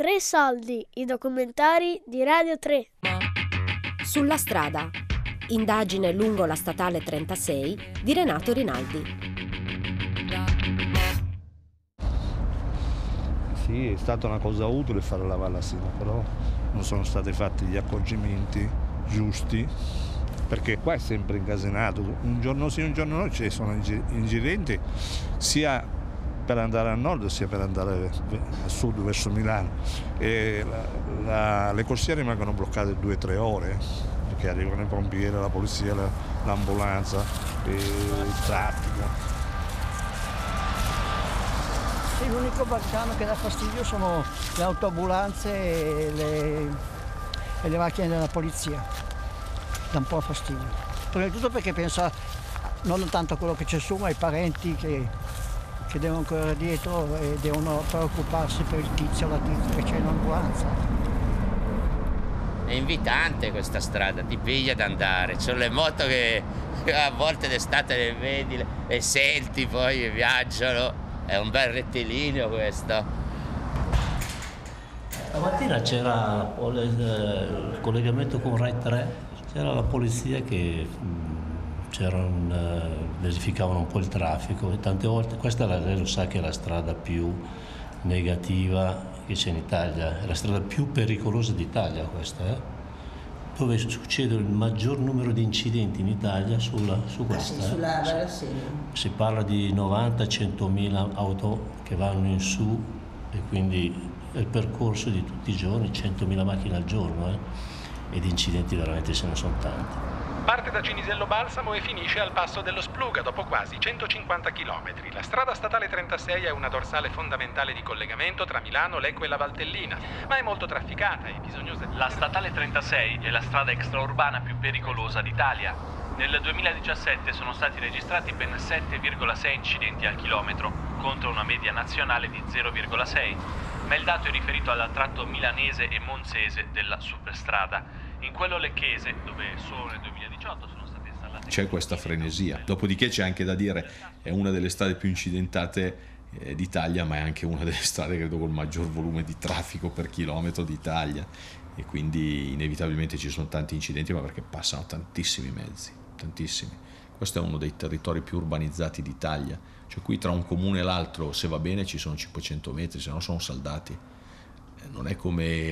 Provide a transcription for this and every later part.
Tre soldi, i documentari di Radio 3. Sulla strada. Indagine lungo la statale 36 di Renato Rinaldi. Sì, è stata una cosa utile fare la Vallasina, però non sono stati fatti gli accorgimenti giusti, perché qua è sempre incasinato. Un giorno sì, un giorno no, ci sono incidenti sia per andare a nord sia per andare a sud verso Milano, e le corsie rimangono bloccate 2-3 ore perché arrivano i pompieri, la polizia, l'ambulanza, il traffico. Sì, l'unico Balcano che dà fastidio sono le autoambulanze e le macchine della polizia, dà un po' fastidio. Prima di tutto perché pensa non tanto a quello che c'è su, ma ai parenti che devono correre dietro e devono preoccuparsi per il tizio o la tizia che c'è in ambulanza. È invitante questa strada, ti piglia ad andare. Ci sono le moto che a volte d'estate le vedi, le senti, poi viaggiano. È un bel rettilineo questo. La mattina c'era il collegamento con Rai 3, c'era la polizia che verificavano un po' il traffico e tante volte, lei lo sa che è la strada più negativa che c'è in Italia, è la strada più pericolosa d'Italia questa, dove succede il maggior numero di incidenti in Italia su questa. Sulla Vallasina. Si parla di 90-100.000 auto che vanno in su e quindi è il percorso di tutti i giorni, 100.000 macchine al giorno e di incidenti veramente ce ne sono tanti. Parte da Cinisello Balsamo e finisce al passo dello Spluga dopo quasi 150 km. La strada statale 36 è una dorsale fondamentale di collegamento tra Milano, Lecco e la Valtellina, ma è molto trafficata e bisognosa. La statale 36 è la strada extraurbana più pericolosa d'Italia. Nel 2017 sono stati registrati ben 7,6 incidenti al chilometro, contro una media nazionale di 0,6, ma il dato è riferito al tratto milanese e monzese della superstrada. In quello lecchese, dove solo nel 2018 sono state installate... C'è questa frenesia. Dopodiché c'è anche da dire, è una delle strade più incidentate d'Italia, ma è anche una delle strade, credo, col maggior volume di traffico per chilometro d'Italia. E quindi inevitabilmente ci sono tanti incidenti, ma perché passano tantissimi mezzi, tantissimi. Questo è uno dei territori più urbanizzati d'Italia. Cioè qui tra un comune e l'altro, se va bene, ci sono 500 metri, se no sono saldati. Non è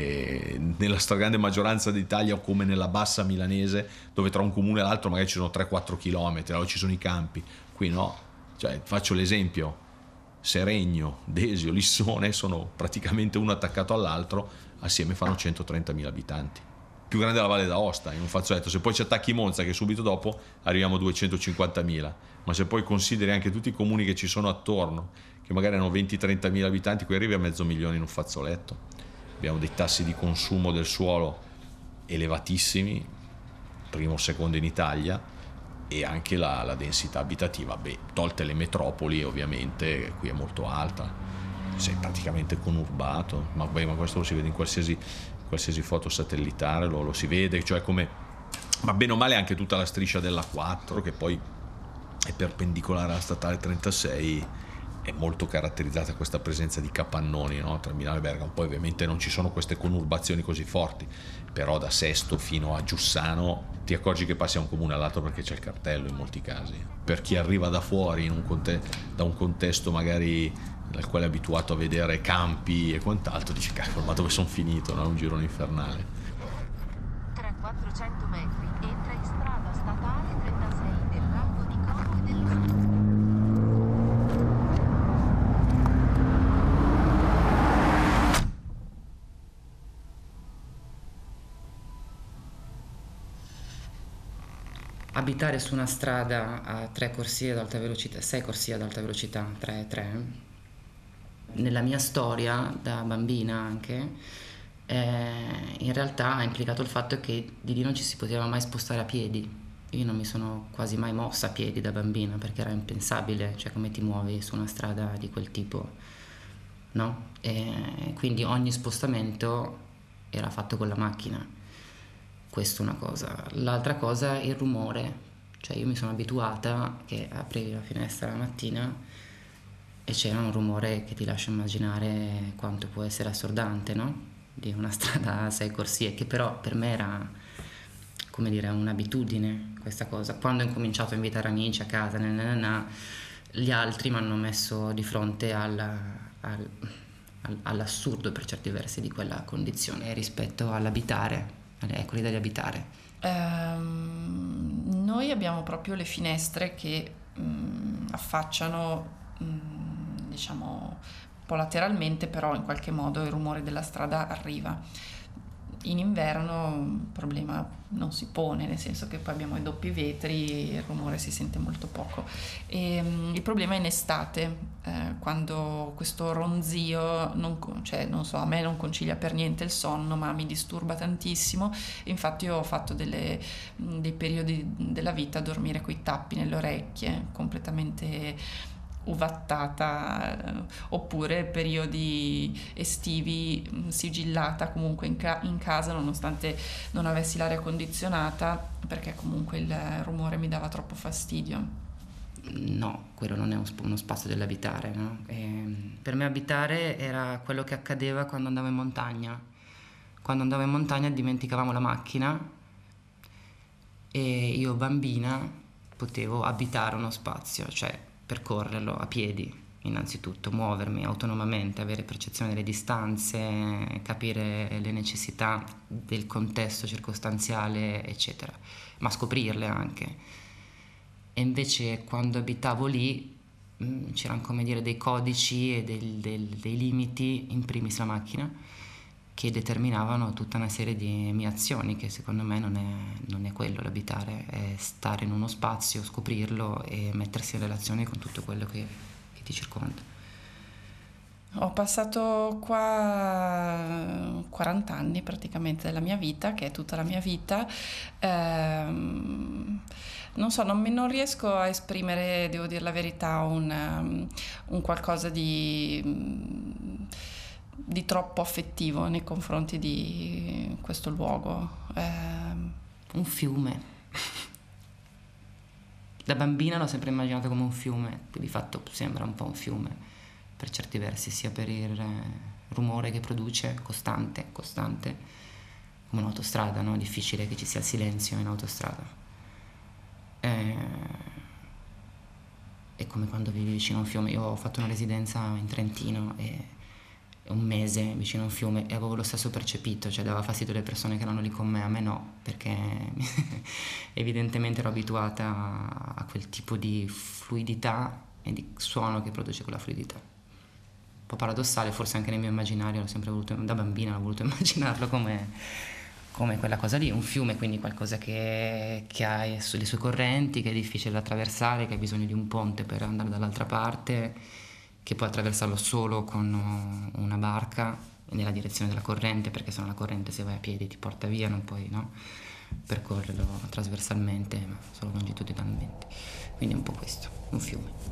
come nella stragrande maggioranza d'Italia o come nella bassa milanese, dove tra un comune e l'altro magari ci sono 3-4 chilometri, allora ci sono i campi. Qui no, cioè, faccio l'esempio, Seregno, Desio, Lissone sono praticamente uno attaccato all'altro, assieme fanno 130.000 abitanti. Più grande la Valle d'Aosta in un fazzoletto. Se poi ci attacchi Monza, che subito dopo arriviamo a 250.000, ma se poi consideri anche tutti i comuni che ci sono attorno, che magari hanno 20-30.000 abitanti, qui arrivi a 500.000 in un fazzoletto. Abbiamo dei tassi di consumo del suolo elevatissimi, primo o secondo in Italia, e anche la densità abitativa, tolte le metropoli ovviamente, qui è molto alta, sei praticamente conurbato, ma questo lo si vede in qualsiasi foto satellitare, lo si vede, cioè come, ma bene o male anche tutta la striscia della 4 che poi è perpendicolare alla statale 36, è molto caratterizzata questa presenza di capannoni, no? Tra Milano e Bergamo. Poi ovviamente non ci sono queste conurbazioni così forti, però da Sesto fino a Giussano ti accorgi che passi da un comune all'altro perché c'è il cartello in molti casi. Per chi arriva da fuori da un contesto magari dal quale è abituato a vedere campi e quant'altro, dici cavolo, ma dove sono finito? No? È un girone infernale. Tra 400 metri entra in strada statale 36 del rango di Como e della... Abitare su una strada a 3 corsie ad alta velocità, 6 corsie ad alta velocità, 3, nella mia storia da bambina anche, in realtà ha implicato il fatto che di lì non ci si poteva mai spostare a piedi. Io non mi sono quasi mai mossa a piedi da bambina perché era impensabile, cioè come ti muovi su una strada di quel tipo, no? E quindi ogni spostamento era fatto con la macchina. Questa è una cosa. L'altra cosa è il rumore, cioè io mi sono abituata che aprivi la finestra la mattina e c'era un rumore che ti lascia immaginare quanto può essere assordante, no? Di una strada a 6 corsie, che però per me era, come dire, un'abitudine questa cosa. Quando ho incominciato a invitare amici a casa, gli altri mi hanno messo di fronte all'assurdo per certi versi di quella condizione rispetto all'abitare, ecco l'idea di abitare. Noi abbiamo proprio le finestre che affacciano, diciamo, un po' lateralmente, però in qualche modo il rumore della strada arriva. In inverno il problema non si pone, nel senso che poi abbiamo i doppi vetri, il rumore si sente molto poco. E il problema è in estate, quando questo ronzio, non so, a me non concilia per niente il sonno, ma mi disturba tantissimo. Infatti ho fatto dei periodi della vita a dormire coi tappi nelle orecchie, completamente uvattata, oppure periodi estivi sigillata comunque in casa, nonostante non avessi l'aria condizionata, perché comunque il rumore mi dava troppo fastidio. No, quello non è uno spazio dell'abitare, no? Per me abitare era quello che accadeva quando andavo in montagna. Quando andavo in montagna dimenticavamo la macchina e io bambina potevo abitare uno spazio, cioè percorrerlo a piedi, innanzitutto, muovermi autonomamente, avere percezione delle distanze, capire le necessità del contesto circostanziale, eccetera, ma scoprirle anche. E invece quando abitavo lì c'erano, come dire, dei codici e dei limiti, in primis la macchina, che determinavano tutta una serie di mie azioni, che secondo me non è quello l'abitare, è stare in uno spazio, scoprirlo e mettersi in relazione con tutto quello che ti circonda. Ho passato qua 40 anni praticamente della mia vita, che è tutta la mia vita. Non so, non riesco a esprimere, devo dire la verità, un qualcosa di troppo affettivo nei confronti di questo luogo. Un fiume. Da bambina l'ho sempre immaginato come un fiume, che di fatto sembra un po' un fiume per certi versi, sia per il rumore che produce, costante, come un'autostrada, no? È difficile che ci sia il silenzio in autostrada. È come quando vivi vicino a un fiume. Io ho fatto una residenza in Trentino e un mese vicino a un fiume e avevo lo stesso percepito, cioè dava fastidio alle persone che erano lì con me, a me no, perché evidentemente ero abituata a quel tipo di fluidità e di suono che produce quella fluidità. Un po' paradossale, forse anche nel mio immaginario, l'ho sempre voluto, da bambina ho voluto immaginarlo come quella cosa lì, un fiume, quindi qualcosa che ha le sue correnti, che è difficile da attraversare, che ha bisogno di un ponte per andare dall'altra parte, che puoi attraversarlo solo con una barca nella direzione della corrente, perché sennò la corrente, se vai a piedi, ti porta via, non puoi, no, percorrerlo trasversalmente, ma solo longitudinalmente. Quindi è un po' questo, un fiume.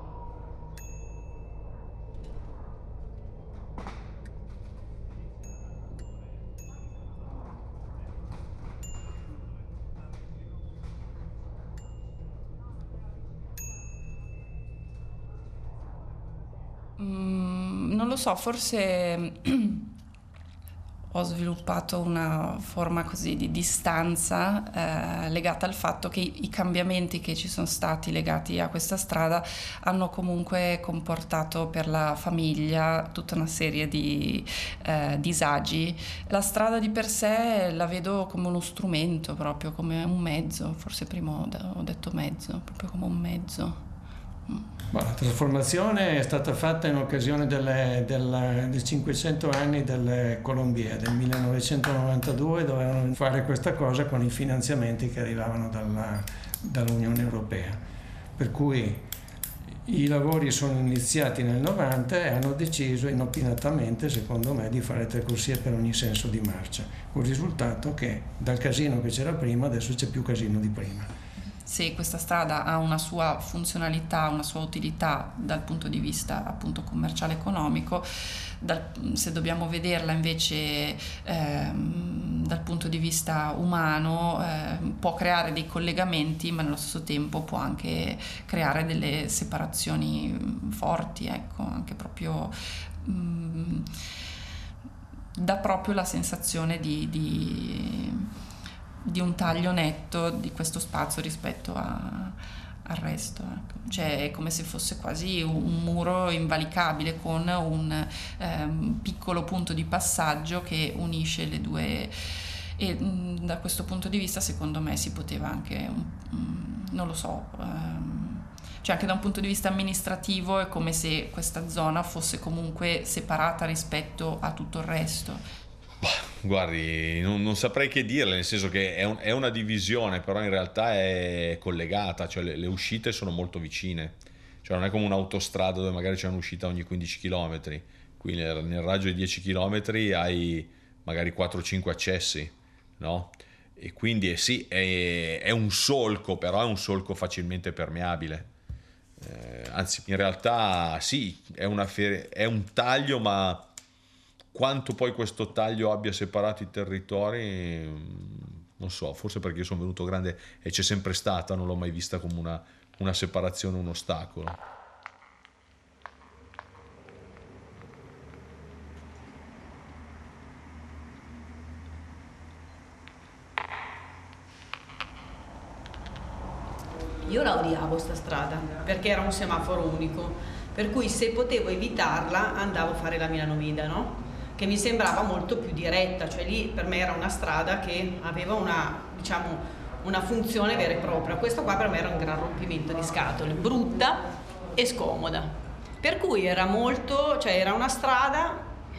Non lo so, forse ho sviluppato una forma così di distanza legata al fatto che i cambiamenti che ci sono stati legati a questa strada hanno comunque comportato per la famiglia tutta una serie di disagi. La strada di per sé la vedo come uno strumento, proprio come un mezzo, forse prima ho detto mezzo, proprio come un mezzo. La trasformazione è stata fatta in occasione dei 500 anni delle Colombie, del 1992, dovevano fare questa cosa con i finanziamenti che arrivavano dall'Unione Europea. Per cui i lavori sono iniziati nel 90 e hanno deciso inopinatamente, secondo me, di fare 3 corsie per ogni senso di marcia, con il risultato che dal casino che c'era prima adesso c'è più casino di prima. Sì, questa strada ha una sua funzionalità, una sua utilità dal punto di vista appunto commerciale economico. Se dobbiamo vederla invece dal punto di vista umano può creare dei collegamenti, ma nello stesso tempo può anche creare delle separazioni forti, ecco, anche proprio dà proprio la sensazione di un taglio netto di questo spazio rispetto al resto, ecco. Cioè è come se fosse quasi un muro invalicabile con un piccolo punto di passaggio che unisce le due, e da questo punto di vista secondo me si poteva anche non lo so, cioè anche da un punto di vista amministrativo è come se questa zona fosse comunque separata rispetto a tutto il resto. Guardi, non saprei che dirle, nel senso che è una divisione, però in realtà è collegata, cioè le uscite sono molto vicine, cioè non è come un'autostrada dove magari c'è un'uscita ogni 15 km, qui nel raggio di 10 km hai magari 4-5 accessi, no? E quindi sì, è un solco, però è un solco facilmente permeabile, anzi in realtà sì, è un taglio, ma quanto poi questo taglio abbia separato i territori non so, forse perché io sono venuto grande e c'è sempre stata, non l'ho mai vista come una separazione, un ostacolo. Io la odiavo sta strada perché era un semaforo unico, per cui se potevo evitarla andavo a fare la Milano-Mida, no? Che mi sembrava molto più diretta, cioè lì per me era una strada che aveva una funzione vera e propria. Questa qua per me era un gran rompimento di scatole, brutta e scomoda. Per cui era era una strada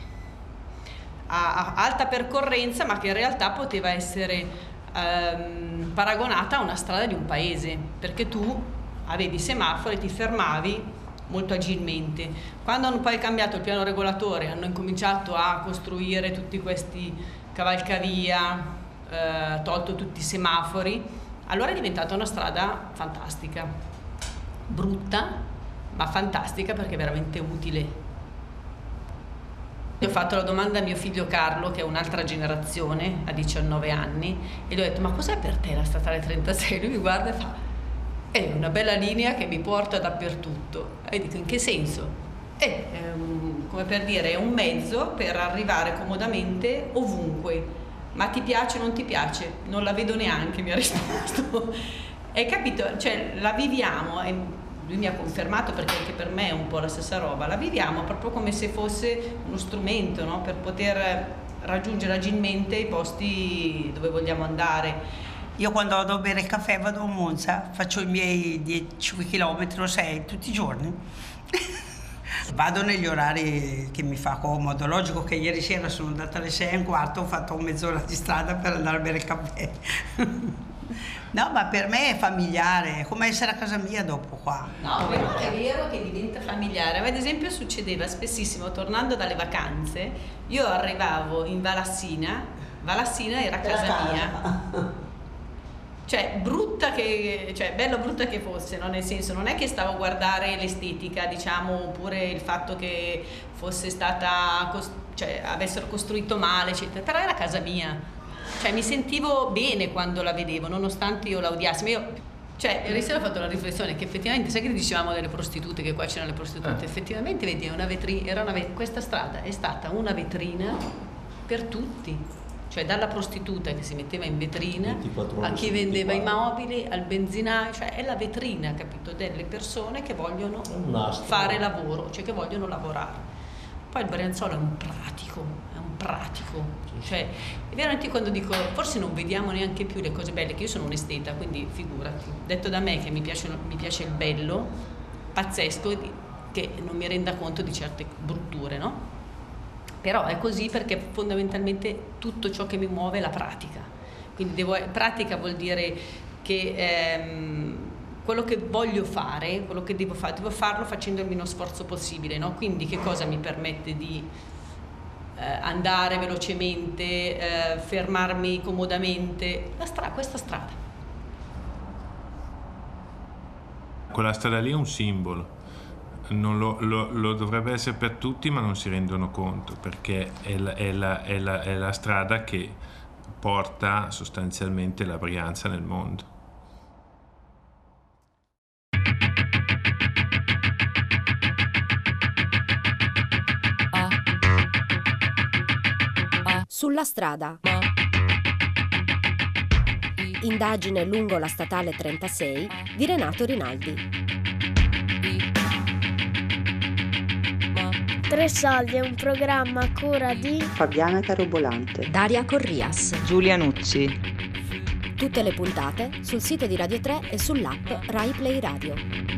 a alta percorrenza, ma che in realtà poteva essere paragonata a una strada di un paese, perché tu avevi semafori e ti fermavi molto agilmente. Quando hanno poi cambiato il piano regolatore, hanno incominciato a costruire tutti questi cavalcavia, tolto tutti i semafori, allora è diventata una strada fantastica, brutta ma fantastica perché è veramente utile. Ho fatto la domanda a mio figlio Carlo, che è un'altra generazione, ha 19 anni, e gli ho detto: ma cos'è per te la statale 36? Lui mi guarda e fa: è una bella linea che mi porta dappertutto. E dico: in che senso? Come per dire, è un mezzo per arrivare comodamente ovunque. Ma ti piace o non ti piace? Non la vedo neanche, mi ha risposto. Hai capito? Cioè la viviamo, e lui mi ha confermato, perché anche per me è un po' la stessa roba, la viviamo proprio come se fosse uno strumento, no? Per poter raggiungere agilmente i posti dove vogliamo andare. Io quando vado a bere il caffè vado a Monza, faccio i miei 10 km o 6 tutti i giorni. Vado negli orari che mi fa comodo. Logico che ieri sera sono andata alle 6:15, ho fatto mezz'ora di strada per andare a bere il caffè. No, ma per me è familiare, è come essere a casa mia dopo qua. No, però è vero che diventa familiare. Ad esempio succedeva spessissimo, tornando dalle vacanze, io arrivavo in Valassina era casa mia. Cioè, bella brutta che fosse, no? Nel senso, non è che stavo a guardare l'estetica, diciamo, oppure il fatto che fosse stata, avessero costruito male, eccetera, però era casa mia. Cioè, mi sentivo bene quando la vedevo, nonostante io la odiassi. Ma ieri sera ho fatto la riflessione che effettivamente, sai che dicevamo delle prostitute, che qua c'erano le prostitute, effettivamente vedi, questa strada è stata una vetrina per tutti. Cioè dalla prostituta che si metteva in vetrina a chi vendeva i mobili, al benzinaio, cioè è la vetrina, capito, delle persone che vogliono fare lavoro, cioè che vogliono lavorare. Poi il Brianzolo è un pratico, cioè è veramente, quando dico forse non vediamo neanche più le cose belle, che io sono un esteta, quindi figurati, detto da me che mi piace il bello, pazzesco, che non mi renda conto di certe brutture, no? Però è così perché fondamentalmente tutto ciò che mi muove è la pratica. Quindi pratica vuol dire che quello che voglio fare, quello che devo farlo facendo il meno sforzo possibile, no? Quindi che cosa mi permette di andare velocemente, fermarmi comodamente? Questa strada. Quella strada lì è un simbolo. Non lo dovrebbe essere per tutti, ma non si rendono conto, perché è la strada che porta sostanzialmente la Brianza nel mondo. Sulla strada. Indagine lungo la statale 36 di Renato Rinaldi. Tre Soldi è un programma a cura di Fabiana Carobolante, Daria Corrias, Giulia Nucci. Tutte le puntate sul sito di Radio 3 e sull'app Rai Play Radio.